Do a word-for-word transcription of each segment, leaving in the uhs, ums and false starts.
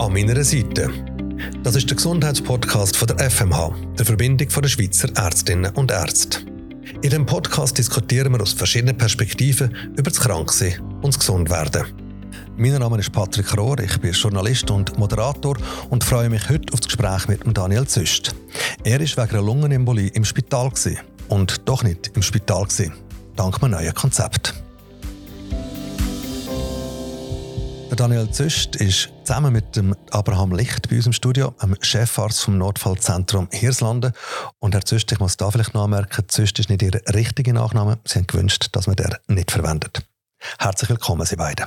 An meiner Seite. Das ist der Gesundheitspodcast von der F M H, der Verbindung der Schweizer Ärztinnen und Ärzte. In diesem Podcast diskutieren wir aus verschiedenen Perspektiven über das Kranksein und das Gesundwerden. Mein Name ist Patrick Rohr, ich bin Journalist und Moderator und freue mich heute auf das Gespräch mit Daniel Züst. Er war wegen einer Lungenembolie im Spital gewesen. Und doch nicht im Spital gewesen, dank einem neuen Konzept. Der Daniel Züst ist zusammen mit dem Abraham Licht bei uns im Studio, dem Chefarzt vom Notfallzentrum Hirslanden. Und Herr Züst, ich muss da vielleicht noch anmerken, Züst ist nicht Ihr richtiger Nachname. Sie haben gewünscht, dass man den nicht verwendet. Herzlich willkommen, Sie beiden.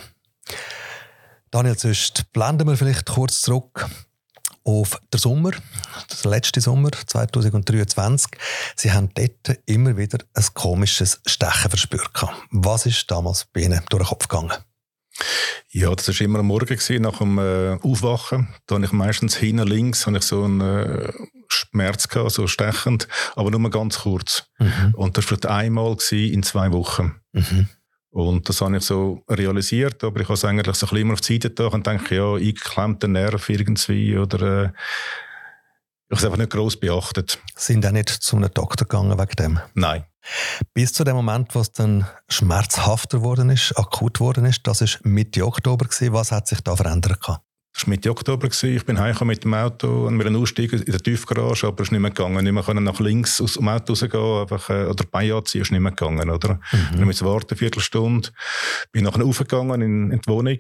Daniel Züst, blenden wir vielleicht kurz zurück auf den Sommer, den letzten Sommer zwanzig dreiundzwanzig. Sie haben dort immer wieder ein komisches Stechen verspürt. Was ist damals bei Ihnen durch den Kopf gegangen? Ja, das war immer am Morgen gewesen, nach dem äh, Aufwachen. Da habe ich meistens hinten links habe ich so einen äh, Schmerz gehabt, so stechend, aber nur ganz kurz. Mhm. Und das war vielleicht einmal gewesen in zwei Wochen. Mhm. Und das habe ich so realisiert, aber ich habe es eigentlich so ein bisschen immer auf die Seite getan und denke, ja, eingeklemmter Nerv irgendwie oder äh, ich habe es einfach nicht gross beachtet. Sind auch nicht zu einem Doktor gegangen wegen dem? Nein. Bis zu dem Moment, wo es dann schmerzhafter geworden ist, akut geworden ist, das war Mitte Oktober gewesen. Was hat sich da verändert? Das war Mitte Oktober gewesen. Ich bin heimgekommen mit dem Auto und wir einen Ausstieg in der Tiefgarage, aber es ist nicht mehr gegangen. Nicht mehr nach links aus dem Auto rausgehen, einfach, äh, oder Bein anziehen, ist nicht mehr gegangen, oder? Mhm. Wir mussten warten, eine Viertelstunde. Bin nachher aufgegangen in, in die Wohnung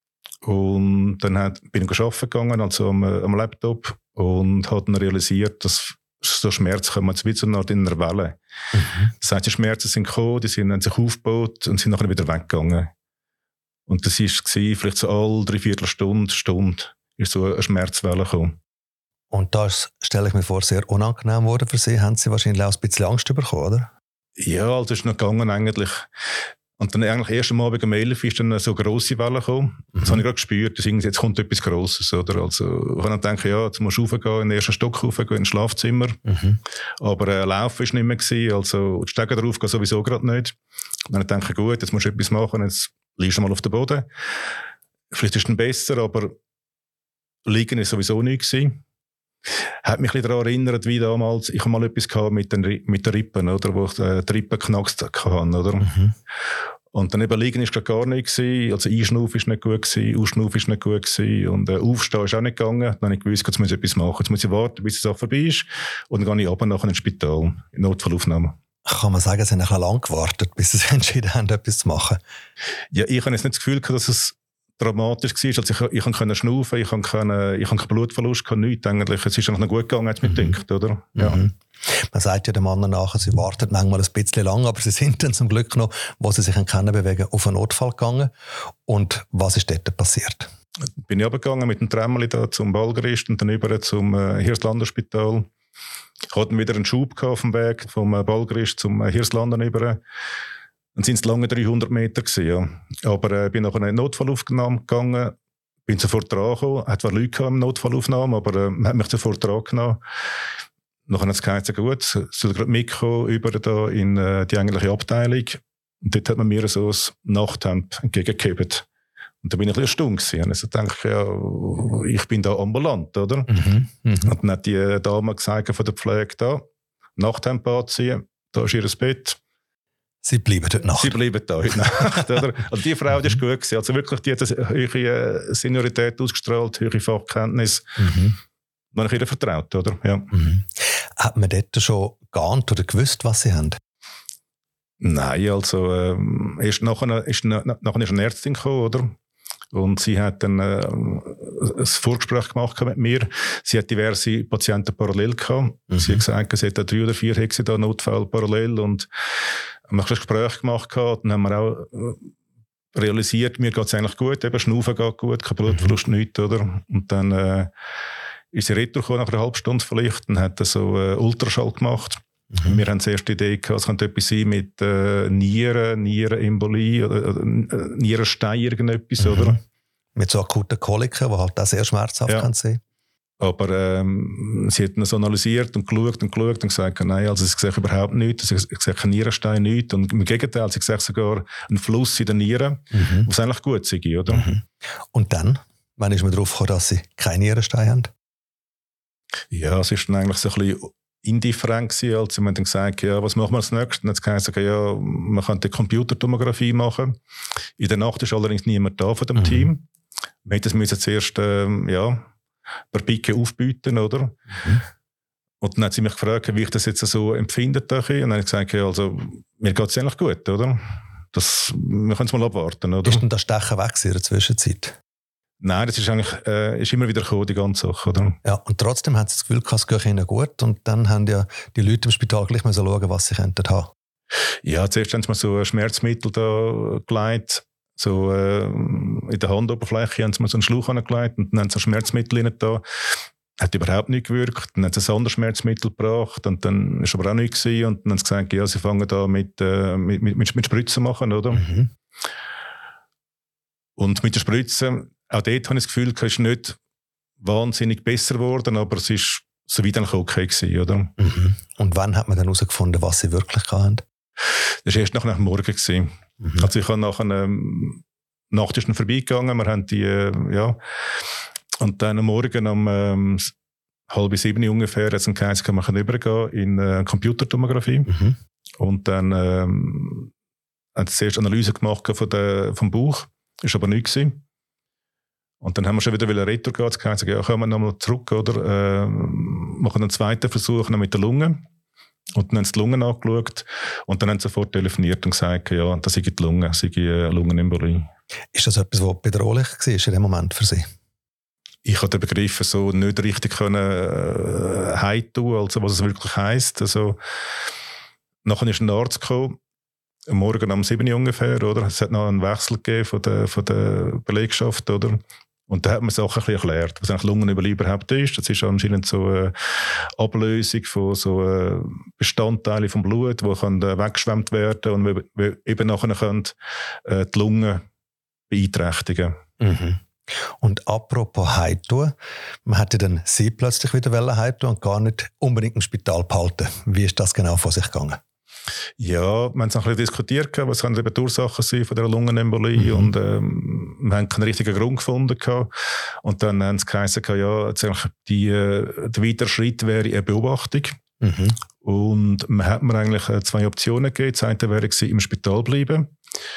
und dann hat, bin ich arbeiten gegangen, also am, am Laptop und habe dann realisiert, dass so Schmerzen kommen jetzt wieder so nach einer Welle. Mhm. Das heißt, die Schmerzen sind gekommen, die sind, haben sich aufgebaut und sind nachher wieder weggegangen. Und das war vielleicht so alle drei Viertelstunde, Stunde, ist so eine Schmerzwelle gekommen. Und das stelle ich mir vor, sehr unangenehm geworden für Sie. Haben Sie wahrscheinlich auch ein bisschen Angst bekommen, oder? Ja, also es ist noch gegangen eigentlich. Und dann eigentlich erst am Abend um elf ist dann so eine grosse Welle gekommen. Mhm. Das habe ich gerade gespürt, dass jetzt kommt etwas Grosses, oder? Also, ich habe dann gedacht, ja, jetzt musst du raufgehen, in den ersten Stock raufgehen, ins Schlafzimmer. Mhm. Aber äh, Laufen war nicht mehr gewesen, also die Stege drauf gehen sowieso gerade nicht. Und dann dachte ich, gut, jetzt musst du etwas machen, jetzt liegst du mal auf dem Boden. Vielleicht ist es dann besser, aber liegen ist sowieso nichts gewesen. Hat mich ein bisschen daran erinnert, wie damals, ich habe mal etwas gehabt mit den, mit den Rippen, oder, wo ich äh, die Rippen geknackst hatte, oder? Mhm. Und dann eben liegen ist gar nicht gewesen, also Einschnaufen ist nicht gut gewesen, Ausschnaufen ist nicht gut gewesen und äh, Aufstehen ist auch nicht gegangen. Dann habe ich gewusst, jetzt muss ich etwas machen, jetzt muss ich warten, bis es auch vorbei ist und dann gehe ich runter nachher ins Spital, in Notfallaufnahme. Kann man sagen, Sie haben ein bisschen lang gewartet, bis Sie entschieden haben, etwas zu machen? Ja, ich habe jetzt nicht das Gefühl gehabt, dass es dramatisch war. Also ich, ich konnte schnaufen, ich konnte keinen, ich keinen Blutverlust, ich nichts eigentlich. Es ist einfach noch gut gegangen, hat es mir mhm. gedacht, oder? Ja. Mhm. Man sagt ja dem anderen nachher, sie warten manchmal ein bisschen lang, aber sie sind dann zum Glück noch, wo sie sich kennenbewegen, auf einen Notfall gegangen. Und was ist dort passiert? Bin ich runtergegangen mit dem Tremmeli da zum Balgerist und dann über zum äh, Hirslanden Spital. Ich hatte wieder einen Schub auf dem Weg vom äh, Balgerist zum äh, Hirslanden über. Dann sind es lange dreihundert Meter gewesen, ja. Aber ich äh, bin nach einer Notfallaufnahme gegangen, bin sofort dran gekommen, hat zwar Leute im Notfallaufnahme, aber äh, man hat mich sofort dran genommen. Nachher hat es geheißen, gut, soll gerade mitkommen, über da in äh, die eigentliche Abteilung. Und dort hat man mir so ein Nachthemd entgegengegeben. Und da bin ich ein bisschen erstaunt gewesen. Also dachte ja, ich bin da ambulant, oder? Mhm, mh. Und dann hat die Dame gesagt von der Pflege da, Nachthemd anziehen, da ist ihr Bett. Sie bleiben dort Nacht. Sie bleiben da heute Nacht. Oder? Also die Frau, die ist gut gewesen. Also wirklich, die hat eine hohe Seniorität ausgestrahlt, hohe Fachkenntnis. Mhm. Dann habe ich ihr vertraut, oder? Ja. Mhm. Hat man dort schon geahnt oder gewusst, was sie haben? Nein, also ähm, erst nachher ist, nachher ist eine Ärztin gekommen, oder? Und sie hat dann äh, ein Vorgespräch gemacht mit mir. Sie hat diverse Patienten parallel gehabt. Mhm. Sie hat gesagt, sie hat drei oder vier Hexe da Notfall parallel und haben ein Gespräch gemacht gehabt. Dann haben wir auch realisiert, mir geht es eigentlich gut, eben Schnaufen geht gut, kein Blutverlust, mhm. nichts, oder? Und dann äh, ist sie retour gekommen, nach einer halben Stunde vielleicht, und hat so äh, Ultraschall gemacht. Mhm. Wir haben zuerst die Idee gehabt, es könnte etwas sein mit äh, Nieren, Nierenembolie oder, oder äh, Nierenstein, irgendetwas, mhm. oder? Mit so akuten Koliken, die halt auch sehr schmerzhaft ja. kann sein. Aber ähm, sie hat das analysiert und geschaut und geschaut und gesagt, nein, also sie sieht überhaupt nichts, sie sieht keinen Nierenstein, nichts. Und im Gegenteil, sie sieht sogar einen Fluss in den Nieren, mhm. was eigentlich gut sei, oder? Mhm. Und dann? Wann ist man darauf gekommen, dass Sie keine Nierensteine haben? Ja, es war dann eigentlich so ein bisschen indifferent gewesen, als wir dann gesagt haben, ja, was machen wir als nächstes? Und dann hat es gesagt, ja, man könnte Computertomographie machen. In der Nacht ist allerdings niemand da von dem mhm. Team. Wir hätten es zuerst, ähm, ja, per Pike aufbieten, oder? Mhm. Und dann hat sie mich gefragt, wie ich das jetzt so empfinde. Und dann habe ich gesagt, ja, also, mir geht es eigentlich gut, oder? Das, wir können es mal abwarten, oder? Ist denn das Stechen weg in der Zwischenzeit? Nein, das ist eigentlich äh, ist immer wieder gekommen, die ganze Sache, oder? Ja, und trotzdem hat sie das Gefühl, es geht ihnen gut. Und dann haben ja die Leute im Spital gleich mal so schauen, was sie könnten haben. Ja, zuerst haben sie mir so ein Schmerzmittel da gelegt. So, äh, in der Handoberfläche haben sie mir so einen Schlauch angelegt und dann haben sie ein Schmerzmittel rein da. Hat überhaupt nicht gewirkt. Dann haben sie ein anderes Schmerzmittel gebracht und dann war aber auch nichts gewesen. Und dann haben sie gesagt, ja, sie fangen da mit, äh, mit, mit, mit Spritzen machen, oder? Mhm. Und mit der Spritze, auch dort habe ich das Gefühl, es ist nicht wahnsinnig besser geworden, aber es ist soweit eigentlich okay gewesen, oder? Mhm. Und wann hat man dann herausgefunden, was sie wirklich hatten? Das war erst nach dem Morgen gewesen. Mhm. Also ich habe nachher, ähm, Nacht ist dann vorbeigegangen, wir haben die, äh, ja, und dann am Morgen um ähm, halb sieben ungefähr, hat es geheißen, man kann übergehen in äh, Computertomographie. Mhm. Und dann ähm, haben sie zuerst Analyse gemacht von der, vom Bauch, ist aber nichts gewesen. Und dann haben wir schon wieder Retro gehabt, gesagt, ja, kommen wir nochmal zurück, oder? Äh, machen einen zweiten Versuch noch mit der Lunge. Und dann haben sie die Lungen angeschaut und dann haben sie sofort telefoniert und gesagt, ja, das sei die Lunge, das sei eine Lungenembolie. Ist das etwas, was bedrohlich war in dem Moment für Sie? Ich konnte den Begriff so nicht richtig können, äh, heimtun, also was es wirklich heisst. Also, nachher ist ein Arzt gekommen, am Morgen um sieben Uhr ungefähr, oder? Es hat noch einen Wechsel gegeben von der, von der Belegschaft, oder? Und da hat man Sachen ein bisschen erklärt, was eigentlich Lungenembolie überhaupt ist. Das ist anscheinend so eine Ablösung von so Bestandteilen vom Blut, die kann weggeschwemmt werden und eben nachher kann die Lunge beeinträchtigen. Mhm. Und apropos heimtun, man hätte dann Sie plötzlich wieder heimtun und gar nicht unbedingt im Spital behalten. Wie ist das genau vor sich gegangen? Ja, wir haben es noch ein bisschen diskutiert, was können die Ursachen sein von der Lungenembolie mhm. und ähm, wir haben keinen richtigen Grund gefunden. Und dann haben sie geheißen, ja, jetzt die, der weitere Schritt wäre eine Beobachtung. Mhm. Und man hat mir eigentlich zwei Optionen gegeben. Das eine wäre im Spital bleiben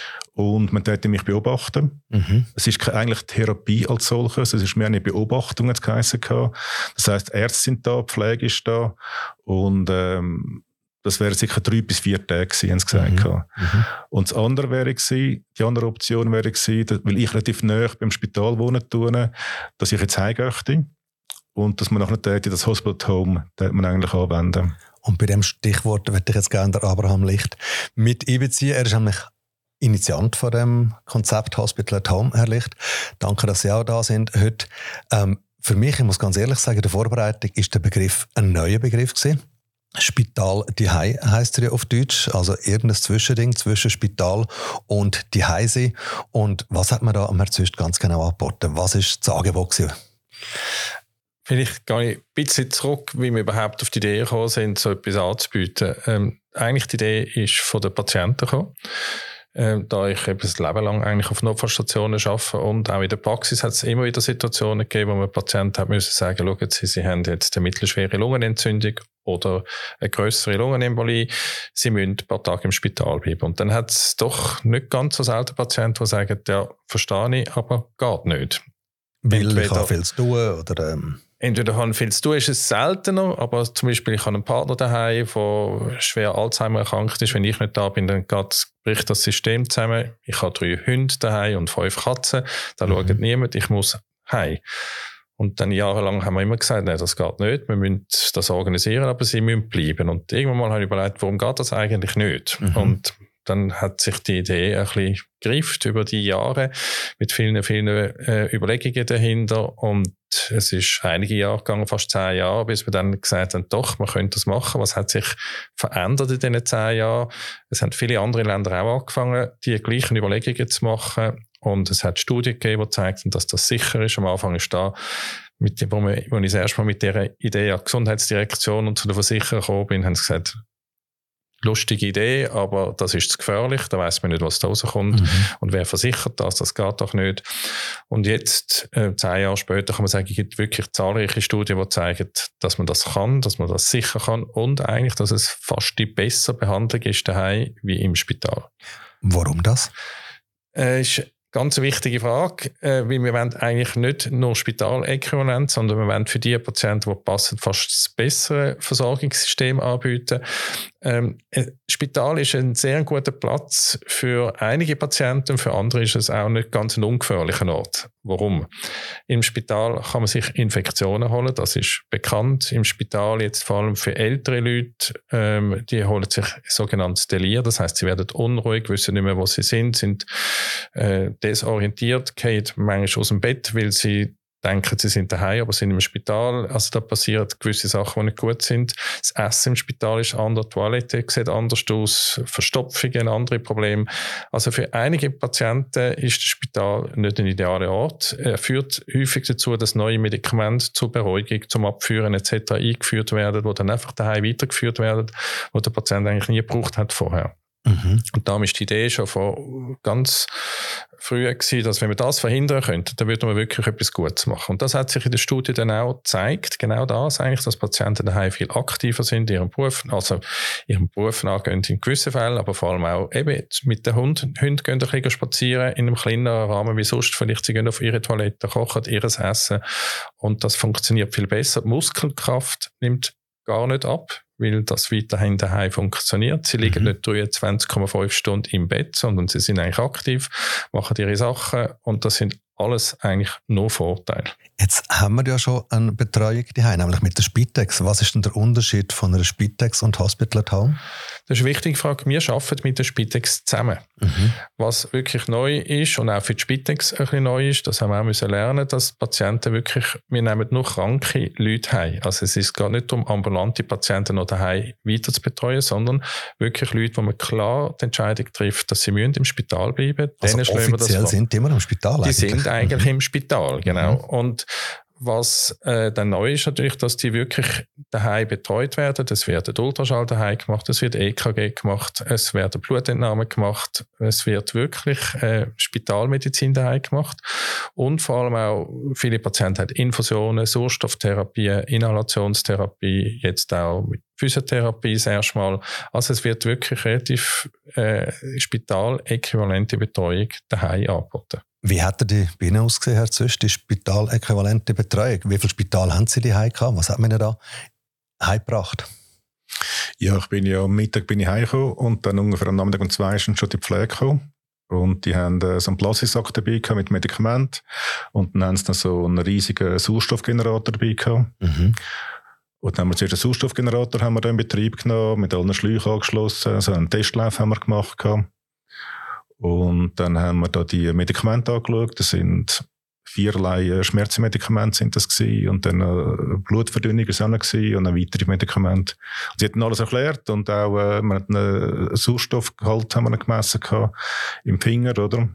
und man täte mich beobachten. Mhm. Es ist eigentlich Therapie als solches, es ist mehr eine Beobachtung, als geheißen. Das heisst, Ärzte sind da, Pflege ist da und ähm, das wäre sicher drei bis vier Tage gewesen, haben sie gesagt. Mhm. Mhm. Und das andere wäre gewesen, die andere Option wäre gewesen, weil ich relativ nahe beim Spital wohnen tue, dass ich jetzt heimgehe und dass man nachher das Hospital at Home man eigentlich anwenden. Und bei dem Stichwort würde ich jetzt gerne den Abraham Licht mit einbeziehen. Er ist nämlich Initiant von dem Konzept Hospital at Home, Herr Licht. Danke, dass Sie auch da sind heute. Ähm, für mich, ich muss ganz ehrlich sagen, in der Vorbereitung ist der Begriff ein neuer Begriff gewesen. Spital Dihei heisst er ja auf Deutsch, also irgendein Zwischending zwischen Spital und Dihei. Und was hat man da am Herrn Züst ganz genau angeboten? Was war das Angebot gewesen? Vielleicht gehe ich ein bisschen zurück, wie wir überhaupt auf die Idee gekommen sind, so etwas anzubieten. Ähm, eigentlich die Idee ist von den Patienten gekommen. Ähm, da ich eben das Leben lang eigentlich auf Notfallstationen arbeite und auch in der Praxis hat es immer wieder Situationen gegeben, wo man Patienten hat müssen sagen, schauen Sie, Sie haben jetzt eine mittelschwere Lungenentzündung oder eine grössere Lungenembolie, Sie müssen ein paar Tage im Spital bleiben. Und dann hat es doch nicht ganz so selten Patienten, die sagen, ja, verstehe ich, aber geht nicht. Weil entweder, ich habe viel zu tun oder... Ähm Entweder habe ich viel zu tun, ist es seltener, aber zum Beispiel ich habe einen Partner daheim, der schwer Alzheimer erkrankt ist. Wenn ich nicht da bin, dann bricht das System zusammen. Ich habe drei Hunde daheim und fünf Katzen. Da mhm. schaut niemand, ich muss heim. Und dann jahrelang haben wir immer gesagt, nein, das geht nicht, wir müssen das organisieren, aber sie müssen bleiben. Und irgendwann mal habe ich überlegt, warum geht das eigentlich nicht? Mhm. Und dann hat sich die Idee ein bisschen gegriffen über die Jahre mit vielen, vielen äh, Überlegungen dahinter. Und es ist einige Jahre gegangen, fast zehn Jahre, bis wir dann gesagt haben, doch, man könnte das machen. Was hat sich verändert in diesen zehn Jahren? Es haben viele andere Länder auch angefangen, die gleichen Überlegungen zu machen. Und es hat Studien gegeben, die zeigten, dass das sicher ist. Am Anfang ist da, mit, wo, wir, wo ich das erste Mal mit dieser Idee an die Gesundheitsdirektion und zu der Versicherung gekommen bin, haben sie gesagt, lustige Idee, aber das ist zu gefährlich, da weiss man nicht, was da rauskommt. Mhm. Und wer versichert das? Das geht doch nicht. Und jetzt, äh, zehn Jahre später, kann man sagen, es gibt wirklich zahlreiche Studien, die zeigen, dass man das kann, dass man das sicher kann und eigentlich, dass es fast die bessere Behandlung ist daheim wie im Spital. Warum das? Äh, ist Ganz eine wichtige Frage, äh, weil wir wollen eigentlich nicht nur Spitaläquivalent, sondern wir wollen für die Patienten, die passen, fast das bessere Versorgungssystem anbieten. Ähm, Spital ist ein sehr guter Platz für einige Patienten, für andere ist es auch nicht ganz ein ungefährlicher Ort. Warum? Im Spital kann man sich Infektionen holen, das ist bekannt. Im Spital jetzt vor allem für ältere Leute, ähm, die holen sich sogenanntes Delir, das heisst, sie werden unruhig, wissen nicht mehr, wo sie sind, sind äh, desorientiert, gehen manchmal aus dem Bett, weil sie denken, sie sind daheim, aber sind im Spital. Also da passieren gewisse Sachen, die nicht gut sind. Das Essen im Spital ist anders, die Toilette sieht anders aus, Verstopfungen, andere Probleme. Also für einige Patienten ist das Spital nicht ein idealer Ort. Er führt häufig dazu, dass neue Medikamente zur Beruhigung, zum Abführen et cetera eingeführt werden, die dann einfach daheim weitergeführt werden, die der Patient eigentlich nie gebraucht hat vorher. Mhm. Und da ist die Idee schon von ganz früh gewesen, dass wenn wir das verhindern könnten, dann würde man wirklich etwas Gutes machen. Und das hat sich in der Studie dann auch gezeigt, genau das eigentlich, dass Patienten daheim viel aktiver sind in ihrem Beruf, also ihrem Beruf nachgehen in gewissen Fällen, aber vor allem auch eben mit den Hunden. Hunde gehen ein bisschen spazieren in einem kleineren Rahmen wie sonst, vielleicht sie gehen auf ihre Toilette, kochen ihres Essen und das funktioniert viel besser. Die Muskelkraft nimmt gar nicht ab, weil das weiterhin daheim funktioniert. Sie liegen mhm. nicht dreiundzwanzig Komma fünf Stunden im Bett, sondern sie sind eigentlich aktiv, machen ihre Sachen und das sind alles eigentlich nur Vorteile. Jetzt haben wir ja schon eine Betreuung daheim, nämlich mit der Spitex. Was ist denn der Unterschied von einer Spitex und Hospital at Home? Das ist eine wichtige Frage. Wir arbeiten mit der Spitex zusammen. Mhm. Was wirklich neu ist und auch für die Spitex ein bisschen neu ist, das haben wir auch müssen lernen, dass Patienten wirklich, wir nehmen nur kranke Leute heim. Also es ist gar nicht um ambulante Patienten noch daheim weiter zu betreuen, sondern wirklich Leute, wo man klar die Entscheidung trifft, dass sie müssen im Spital bleiben. Also offiziell das sind die immer im Spital Die eigentlich. sind eigentlich mhm. im Spital, genau. Mhm. Und was äh, dann neu ist natürlich, dass die wirklich daheim betreut werden. Es wird ein Ultraschall daheim gemacht, es wird E K G gemacht, es werden Blutentnahmen gemacht, es wird wirklich äh, Spitalmedizin daheim gemacht und vor allem auch viele Patienten haben Infusionen, Sauerstofftherapie, Inhalationstherapie, jetzt auch mit Physiotherapie das erste Mal. Also es wird wirklich relativ äh, spitaläquivalente Betreuung daheim angeboten. Wie hat die bei Ihnen ausgesehen, Herr Züst, die spitaläquivalente Betreuung? Wie viele Spital haben Sie daheim gehabt? Was hat man Ihnen da heimgebracht? Ja, ich bin ja am Mittag bin ich heimgekommen und dann ungefähr am Nachmittag um zwei sind schon die Pflege gekommen. Und die haben äh, so einen Plastiksack dabei gehabt mit Medikamenten und dann haben sie dann so einen riesigen Sauerstoffgenerator dabei gehabt. Mhm. Und dann haben wir zuerst den Sauerstoffgenerator haben wir dann in Betrieb genommen, mit allen Schläuchen angeschlossen, so einen Testlauf haben wir gemacht gehabt. Und dann haben wir da die Medikamente angeschaut. Das sind viererlei Schmerzmedikamente sind das gewesen. Und dann äh, Blutverdünnung ist auch noch gewesen und dann weitere Medikamente. Und sie hatten alles erklärt und auch äh, wir hatten einen Sauerstoffgehalt haben wir gemessen gehabt, im Finger, oder?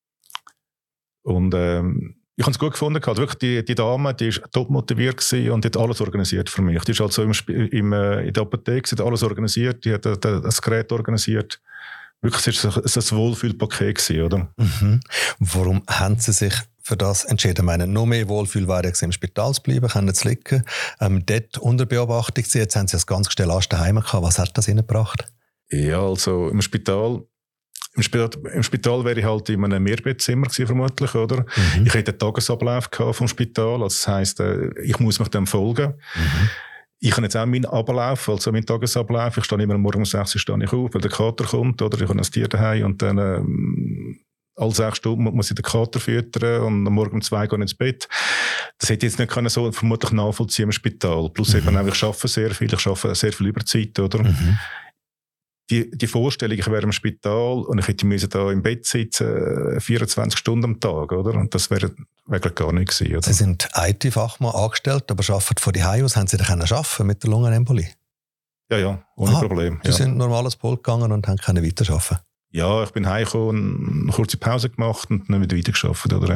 Und ähm, ich habe es gut gefunden. Also wirklich die, die Dame, die ist top motiviert gewesen und die hat alles organisiert für mich. Die ist also im, im, in der Apotheke, sie hat alles organisiert, die hat das Gerät organisiert. Wirklich, es war ein Wohlfühlpaket, oder? Mhm. Warum haben Sie sich für das entschieden? Ich meine, noch mehr Wohlfühl wäre ja im Spital zu bleiben, können zu liegen, ähm, dort unter Beobachtung zu sein. Jetzt haben Sie das ganz schnell daheim gehabt. Was hat das Ihnen gebracht? Ja, also im Spital, im Spital, im Spital wäre ich halt in einem Mehrbettzimmer gewesen, vermutlich, oder? Mhm. Ich hätte einen Tagesablauf gehabt vom Spital. Also das heisst, ich muss mich dem folgen. Mhm. Ich habe jetzt auch meinen Ablauf, also meinen Tagesablauf. Ich stehe immer morgen um sechs Uhr stehe ich auf, weil der Kater kommt, oder? Ich habe ein Tier daheim und dann ähm, alle sechs Stunden muss ich den Kater füttern und am Morgen um zwei gehe ich ins Bett. Das hätte ich jetzt nicht können so vermutlich nachvollziehen im Spital. Plus mhm. eben auch, ich arbeite sehr viel, ich arbeite sehr viel Überzeit, oder? Mhm. Die, die Vorstellung, ich wäre im Spital und ich hätte müssen da im Bett sitzen, vierundzwanzig Stunden am Tag, oder? Und das wäre wirklich gar nicht gewesen, oder? Sie sind I T-Fachmann angestellt, aber arbeiten von daheim aus. Haben Sie denn arbeiten mit der Lungenembolie? Ja, ja, ohne Aha, Problem. Sie ja. sind normales Pult gegangen und haben weiterarbeiten. Ja, ich bin heimgekommen, eine kurze Pause gemacht und dann wieder weitergearbeitet, oder? Ja.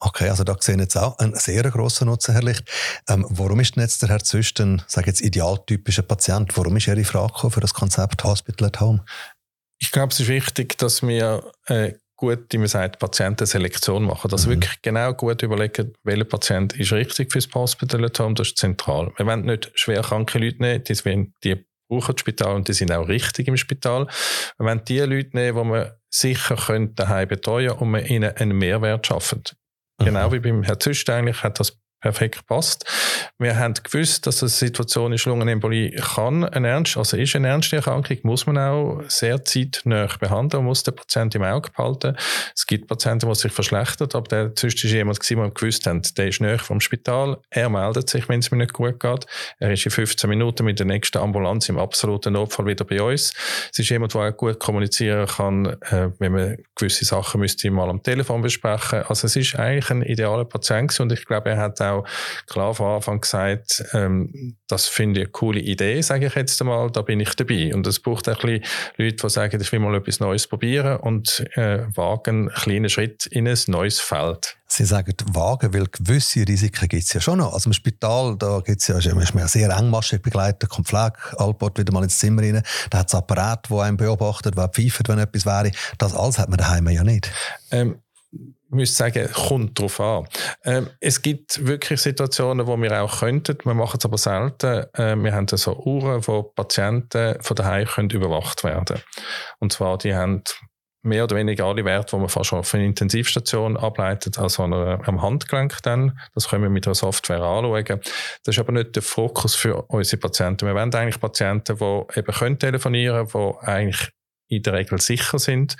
Okay, also da sehen jetzt auch einen sehr grossen Nutzen, Herr Licht. Ähm, warum ist denn jetzt der Herr Züst ein, sage jetzt, idealtypischer Patient? Warum ist Ihre Frage gekommen für das Konzept Hospital at Home? Ich glaube, es ist wichtig, dass wir äh, gut, wie man sagt, Patientenselektion machen. Dass mhm. wirklich genau gut überlegen, welcher Patient ist richtig fürs Hospital at Home, das ist zentral. Wir wollen nicht schwer kranke Leute nehmen, die, die brauchen das Spital und die sind auch richtig im Spital. Wir wollen die Leute nehmen, die man sicher daheim betreuen können und man ihnen einen Mehrwert schaffen. Genau wie beim Herrn Züst eigentlich hat das perfekt gepasst. Wir haben gewusst, dass eine Situation ist, Lungenembolie kann eine ernst, also ist eine ernste Erkrankung, muss man auch sehr zeitnah behandeln, muss den Patienten im Auge behalten. Es gibt Patienten, die sich verschlechtern, aber der Züst ist jemand gewesen, der gewusst hat, der ist nahe vom Spital, er meldet sich, wenn es mir nicht gut geht. Er ist in fünfzehn Minuten mit der nächsten Ambulanz im absoluten Notfall wieder bei uns. Es ist jemand, der auch gut kommunizieren kann, äh, wenn man gewisse Sachen müsste mal am Telefon besprechen. Also es ist eigentlich ein idealer Patient und ich glaube, er hat auch klar von Anfang gesagt, ähm, das finde ich eine coole Idee, sage ich jetzt einmal, da bin ich dabei. Und es braucht ein bisschen Leute, die sagen, ich will mal etwas Neues probieren und äh, wagen einen kleinen Schritt in ein neues Feld. Sie sagen wagen, weil gewisse Risiken gibt es ja schon noch. Also im Spital, da gibt's ja, ist man ja sehr engmaschig begleitet, kommt Pflege, Allport wieder mal ins Zimmer rein, da hat es Apparat, wo einen beobachtet, wer pfeift, wenn etwas wäre. Das alles hat man daheim ja nicht. Ähm, Ich muss sagen, kommt darauf an. Ähm, es gibt wirklich Situationen, wo wir auch könnten, wir machen es aber selten. Äh, wir haben so Uhren, wo Patienten von daheim können überwacht werden. Und zwar, die haben mehr oder weniger alle Werte, die man fast schon auf einer Intensivstation ableitet, also am Handgelenk dann. Das können wir mit einer Software anschauen. Das ist aber nicht der Fokus für unsere Patienten. Wir wollen eigentlich Patienten, die eben können telefonieren können, die eigentlich in der Regel sicher sind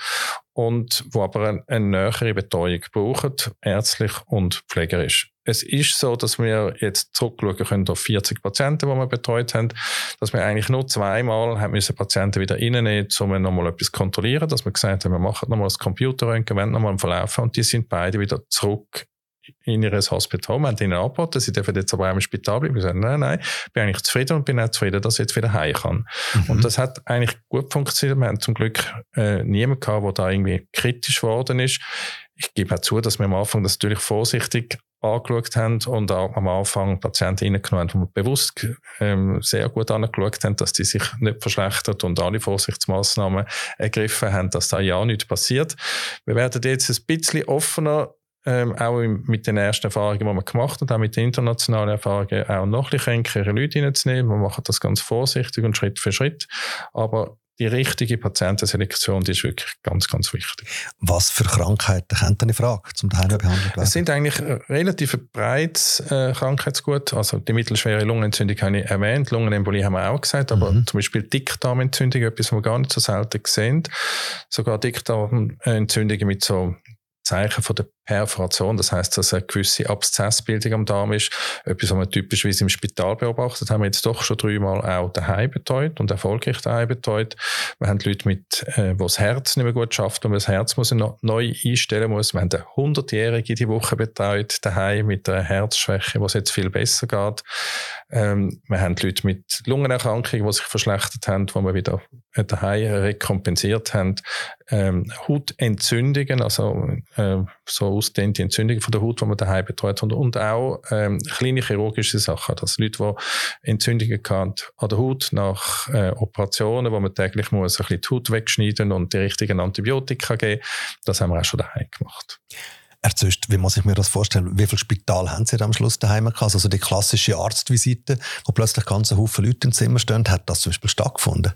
und wo aber eine, eine nähere Betreuung brauchen, ärztlich und pflegerisch. Es ist so, dass wir jetzt zurückschauen können auf vierzig Patienten, die wir betreut haben, dass wir eigentlich nur zweimal haben müssen Patienten wieder reinnehmen, um nochmal etwas zu kontrollieren, dass wir gesagt haben, wir machen nochmal das Computerröntgen, wollen nochmal verlaufen und die sind beide wieder zurück in ihr Hospital. Wir haben ihnen angeboten, sie dürfen jetzt aber auch im Spital bleiben. Wir sagen, nein, nein, ich bin eigentlich zufrieden und bin auch zufrieden, dass ich jetzt wieder heim kann. Mhm. Und das hat eigentlich gut funktioniert. Wir haben zum Glück äh, niemanden gehabt, der da irgendwie kritisch geworden ist. Ich gebe auch zu, dass wir am Anfang das natürlich vorsichtig angeschaut haben und auch am Anfang Patienten reingenommen haben, wo wir bewusst ähm, sehr gut angeschaut haben, dass die sich nicht verschlechtert und alle Vorsichtsmaßnahmen ergriffen haben, dass da ja nichts passiert. Wir werden jetzt ein bisschen offener Ähm, auch im, mit den ersten Erfahrungen, die wir gemacht haben, auch mit den internationalen Erfahrungen, auch noch ein bisschen ihre Leute reinzunehmen. Wir machen das ganz vorsichtig und Schritt für Schritt. Aber die richtige Patientenselektion, die ist wirklich ganz, ganz wichtig. Was für Krankheiten können denn in Frage zum daheim behandelt werden? Es sind eigentlich relativ breites äh, Krankheitsgut. Also die mittelschwere Lungenentzündung habe ich erwähnt, Lungenembolie haben wir auch gesagt, aber mhm. zum Beispiel Dickdarmentzündung, etwas, was wir gar nicht so selten sehen. Sogar Dickdarmentzündungen mit so Zeichen von der Perforation, das heisst, dass eine gewisse Abszessbildung am Darm ist. Etwas, was man typischerweise im Spital beobachtet, haben wir jetzt doch schon dreimal auch daheim betreut und erfolgreich daheim betreut. Wir haben Leute mit, äh, wo das Herz nicht mehr gut schafft und das Herz muss noch neu einstellen muss. Wir haben eine hundertjährige die Woche betreut daheim mit einer Herzschwäche, wo es jetzt viel besser geht. Ähm, wir haben Leute mit Lungenerkrankungen, die sich verschlechtert haben, wo wir wieder daheim rekompensiert haben. Ähm, Hautentzündungen, also äh, so ausdehnte Entzündungen von der Haut, die wir daheim betreut haben, und auch ähm, kleine chirurgische Sachen, dass Leute, die Entzündungen hatten an der Haut nach äh, Operationen, wo man täglich muss ein bisschen die Haut wegschneiden und die richtigen Antibiotika geben, das haben wir auch schon daheim gemacht. Herr Züst, wie muss ich mir das vorstellen? Wie viel Spital haben Sie am Schluss daheim gehabt? Also die klassische Arztvisite, wo plötzlich ganze Haufen Leute im Zimmer stehen, hat das zum Beispiel stattgefunden?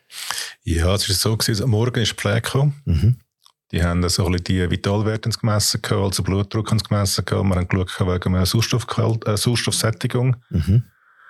Ja, es war so gewesen, am Morgen ist die Pflege gekommen. Mhm. Die haben so ein bisschen die Vitalwerte gemessen, also Blutdruck gemessen. Wir haben geschaut wegen einer Sauerstoff, äh, Sauerstoffsättigung. Mhm.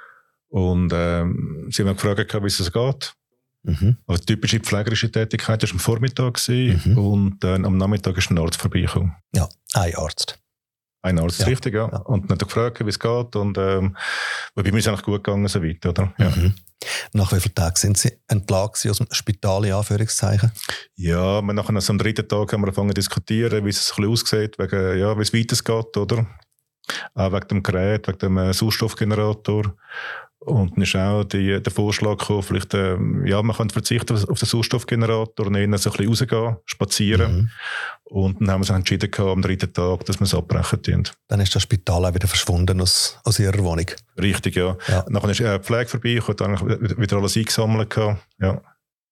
Und ähm, sie haben gefragt, wie es geht. Mhm. Also typische pflegerische Tätigkeit war am Vormittag mhm. und dann am Nachmittag ist ein Arzt vorbeigekommen. Ja, ein Arzt. Ein Arzt, ja. Richtig, ja. ja. Und dann hat er gefragt, wie es geht. Und ähm, bei mir ist es eigentlich gut gegangen, so weit, oder? Ja. Mhm. Nach wie vielen Tagen sind Sie entlassen aus dem Spital, in Anführungszeichen? Ja, wir nachher am dritten Tag haben wir angefangen zu diskutieren, wie es ein bisschen aussieht, wegen, ja, wie es weitergeht, oder? Auch wegen dem Gerät, wegen dem Sauerstoffgenerator. Und dann ist auch die, der Vorschlag gekommen, vielleicht, äh, ja, man könnte verzichten auf, auf den Sauerstoffgenerator und eher so ein bisschen rausgehen, spazieren. Mhm. Und dann haben wir uns entschieden gehabt, am dritten Tag, dass wir es abbrechen tun. Dann ist das Spital auch wieder verschwunden aus, aus Ihrer Wohnung? Richtig, ja. ja. Dann ist äh, die Pflege vorbei, ich hatte eigentlich wieder alles eingesammelt gehabt. Ja.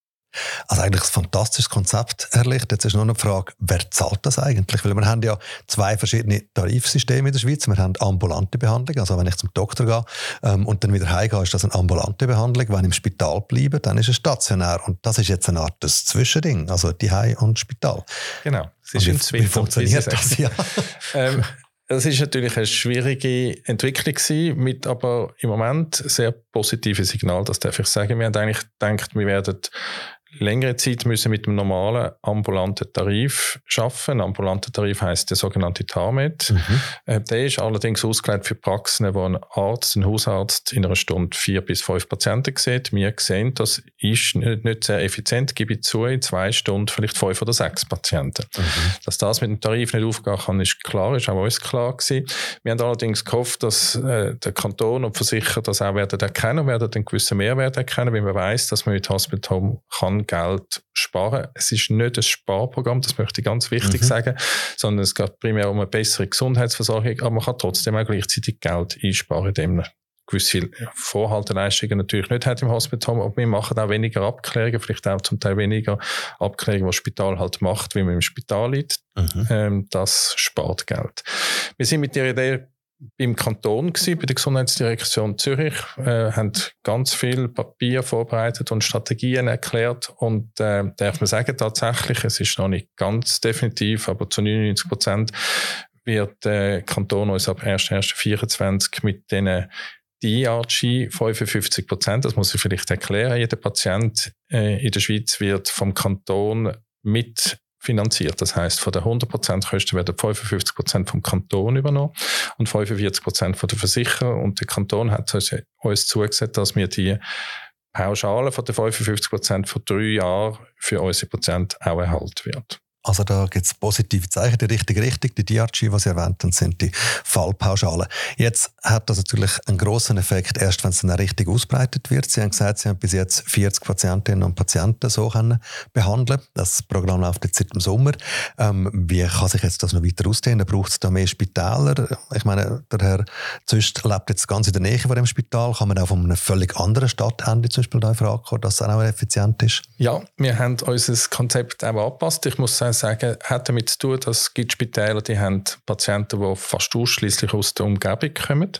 Also eigentlich ein fantastisches Konzept, Herr Licht. Jetzt ist nur noch die Frage, wer zahlt das eigentlich? Weil wir haben ja zwei verschiedene Tarifsysteme in der Schweiz. Wir haben ambulante Behandlung, also wenn ich zum Doktor gehe ähm, und dann wieder heimgehe, ist das eine ambulante Behandlung. Wenn ich im Spital bleibe, dann ist es stationär. Und das ist jetzt eine Art des Zwischending, also die Heim und Spital. Genau, es ist wie, im Zwischending. Wie funktioniert das? Ja. ähm, Das ist natürlich eine schwierige Entwicklung gewesen, mit aber im Moment sehr positiven Signal, das darf ich sagen. Wir haben eigentlich gedacht, wir werden längere Zeit müssen mit dem normalen ambulanten Tarif arbeiten. Ein ambulanter Tarif heisst der sogenannte TARMED. Mhm. Der ist allerdings ausgelegt für Praxen, wo ein Arzt, ein Hausarzt in einer Stunde vier bis fünf Patienten sieht. Wir sehen, das ist nicht, nicht sehr effizient, gebe ich zu, in zwei Stunden vielleicht fünf oder sechs Patienten. Mhm. Dass das mit dem Tarif nicht aufgehen kann, ist klar, ist auch uns klar gewesen. Wir haben allerdings gehofft, dass äh, der Kanton und die Versicherer das auch werden erkennen, werden einen gewissen Mehrwert erkennen, weil man weiss, dass man mit Hospital Home kann Geld sparen. Es ist nicht ein Sparprogramm, das möchte ich ganz wichtig mhm. sagen, sondern es geht primär um eine bessere Gesundheitsversorgung, aber man kann trotzdem auch gleichzeitig Geld einsparen, indem man gewisse Vorhalteleistungen natürlich nicht hat im Hospital, aber wir machen auch weniger Abklärungen, vielleicht auch zum Teil weniger Abklärungen, was das Spital halt macht, wie man im Spital liegt. Mhm. Ähm, das spart Geld. Wir sind mit der Idee beim Kanton gsi, bei der Gesundheitsdirektion Zürich, äh, haben ganz viel Papier vorbereitet und Strategien erklärt und äh, darf man sagen, tatsächlich, es ist noch nicht ganz definitiv, aber zu neunundneunzig Prozent wird der Kanton uns ab erster erster vierundzwanzig mit diesen D R G fünfundfünfzig Prozent, das muss ich vielleicht erklären, jeder Patient äh, in der Schweiz wird vom Kanton mit finanziert. Das heisst, von den hundert Prozent Kosten werden fünfundfünfzig Prozent vom Kanton übernommen und fünfundvierzig Prozent von der Versicherer. Und der Kanton hat uns zugesagt, dass wir die Pauschale von den fünfundfünfzig Prozent von drei Jahren für unsere Patienten auch erhalten wird. Also da gibt es positive Zeichen, die richtige Richtung. Die D R G, was Sie erwähnt haben, sind die Fallpauschalen. Jetzt hat das natürlich einen grossen Effekt, erst wenn es dann richtig ausbreitet wird. Sie haben gesagt, Sie haben bis jetzt vierzig Patientinnen und Patienten so können behandeln. Das Programm läuft jetzt seit dem Sommer. Ähm, wie kann sich jetzt das noch weiter ausdehnen? Braucht es da mehr Spitäler? Ich meine, der Herr Züst lebt jetzt ganz in der Nähe von dem Spital. Kann man auch von einem völlig anderen Stadtende zum Beispiel da in Frage kommen, dass es auch effizient ist? Ja, wir haben unser Konzept auch angepasst. Ich muss sagen, sagen, hat damit zu tun, dass es gibt Spitäler, die haben Patienten, die fast ausschließlich aus der Umgebung kommen.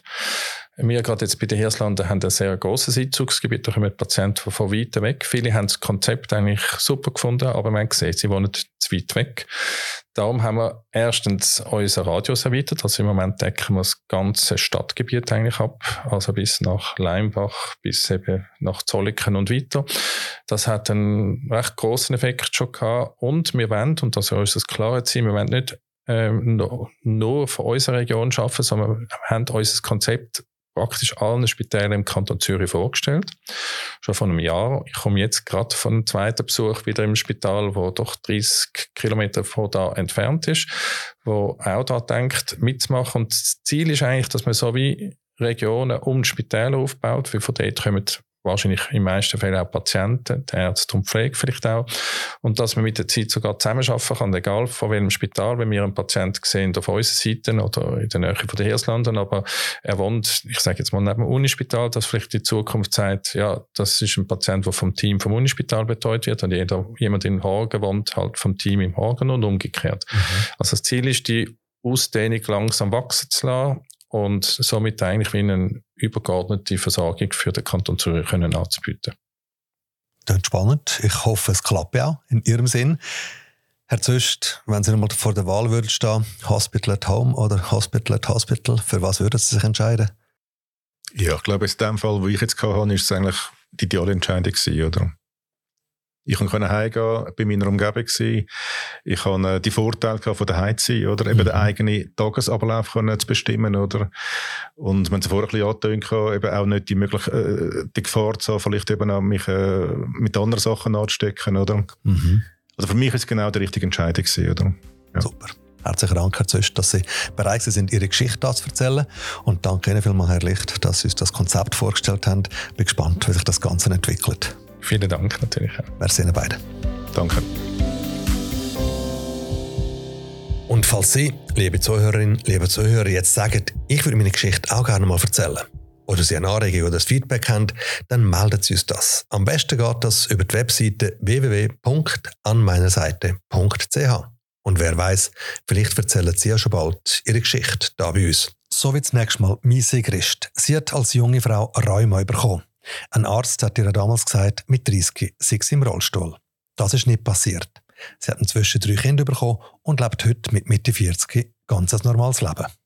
Wir gerade jetzt bei den Hirslanden haben ein sehr grosses Einzugsgebiet, da kommen Patienten von weit weg. Viele haben das Konzept eigentlich super gefunden, aber man sieht, sie wohnen zu weit weg. Darum haben wir erstens unseren Radius erweitert, also im Moment decken wir das ganze Stadtgebiet eigentlich ab, also bis nach Leimbach, bis eben nach Zolliken und weiter. Das hat einen recht grossen Effekt schon gehabt und wir wollen, und das ist uns das klare Ziel, wir wollen nicht ähm, nur, nur für unsere Region arbeiten, sondern wir haben unser Konzept praktisch allen Spitälern im Kanton Zürich vorgestellt. Schon vor einem Jahr. Ich komme jetzt gerade von einem zweiten Besuch wieder im Spital, wo doch dreißig Kilometer von da entfernt ist, wo auch da denkt, mitzumachen. Und das Ziel ist eigentlich, dass man so wie Regionen um die Spitäler aufbaut, weil von dort kommen wahrscheinlich in den meisten Fällen auch Patienten, die Ärzte und Pflege vielleicht auch. Und dass man mit der Zeit sogar zusammenarbeiten kann, egal von welchem Spital, wenn wir einen Patienten sehen auf unserer Seite oder in der Nähe von den Hirslanden, aber er wohnt, ich sage jetzt mal neben dem Unispital, dass vielleicht die Zukunft sagt, ja, das ist ein Patient, der vom Team vom Unispital betreut wird und jeder, jemand in Horgen wohnt halt vom Team im Horgen und umgekehrt. Mhm. Also das Ziel ist, die Ausdehnung langsam wachsen zu lassen und somit eigentlich wie eine übergeordnete Versorgung für den Kanton Zürich können anzubieten. Das ist spannend. Ich hoffe, es klappt auch in Ihrem Sinn. Herr Züst, wenn Sie noch mal vor der Wahl würden stehen, Hospital at Home oder Hospital at Hospital, für was würden Sie sich entscheiden? Ja, ich glaube, in dem Fall, wo ich jetzt hatte, war es eigentlich die ideale Entscheidung gewesen, oder? Ich konnte heimgehen, bei meiner Umgebung sein. Ich hatte die Vorteile von daheim zu sein, oder? Eben mhm. den eigenen Tagesablauf zu bestimmen, oder? Und wir haben es vorher ein bisschen angetönt, eben auch nicht die Möglichkeit, die Gefahr zu haben, vielleicht eben auch mich äh, mit anderen Sachen anzustecken, oder? Mhm. Also für mich ist es genau die richtige Entscheidung gewesen, oder? Ja. Super. Herzlichen Dank, Herr Züst, dass Sie bereit sind, Ihre Geschichte zu erzählen. Und danke Ihnen vielmals, Herr Licht, dass Sie uns das Konzept vorgestellt haben. Ich bin gespannt, wie sich das Ganze entwickelt. Vielen Dank natürlich. Merci Ihnen beiden. Danke. Und falls Sie, liebe Zuhörerinnen, liebe Zuhörer, jetzt sagen, ich würde meine Geschichte auch gerne mal erzählen, oder Sie eine Anregung oder ein Feedback haben, dann melden Sie uns das. Am besten geht das über die Webseite w w w punkt an meiner Seite punkt c h. Und wer weiß, vielleicht erzählen Sie ja schon bald Ihre Geschichte da bei uns. So wie das nächste Mal Mise Christ. Sie hat als junge Frau Rheuma bekommen. Ein Arzt hat ihr damals gesagt, mit dreißig sei sie im Rollstuhl. Das ist nicht passiert. Sie hat inzwischen drei Kinder bekommen und lebt heute mit Mitte vierzig ganz ein normales Leben.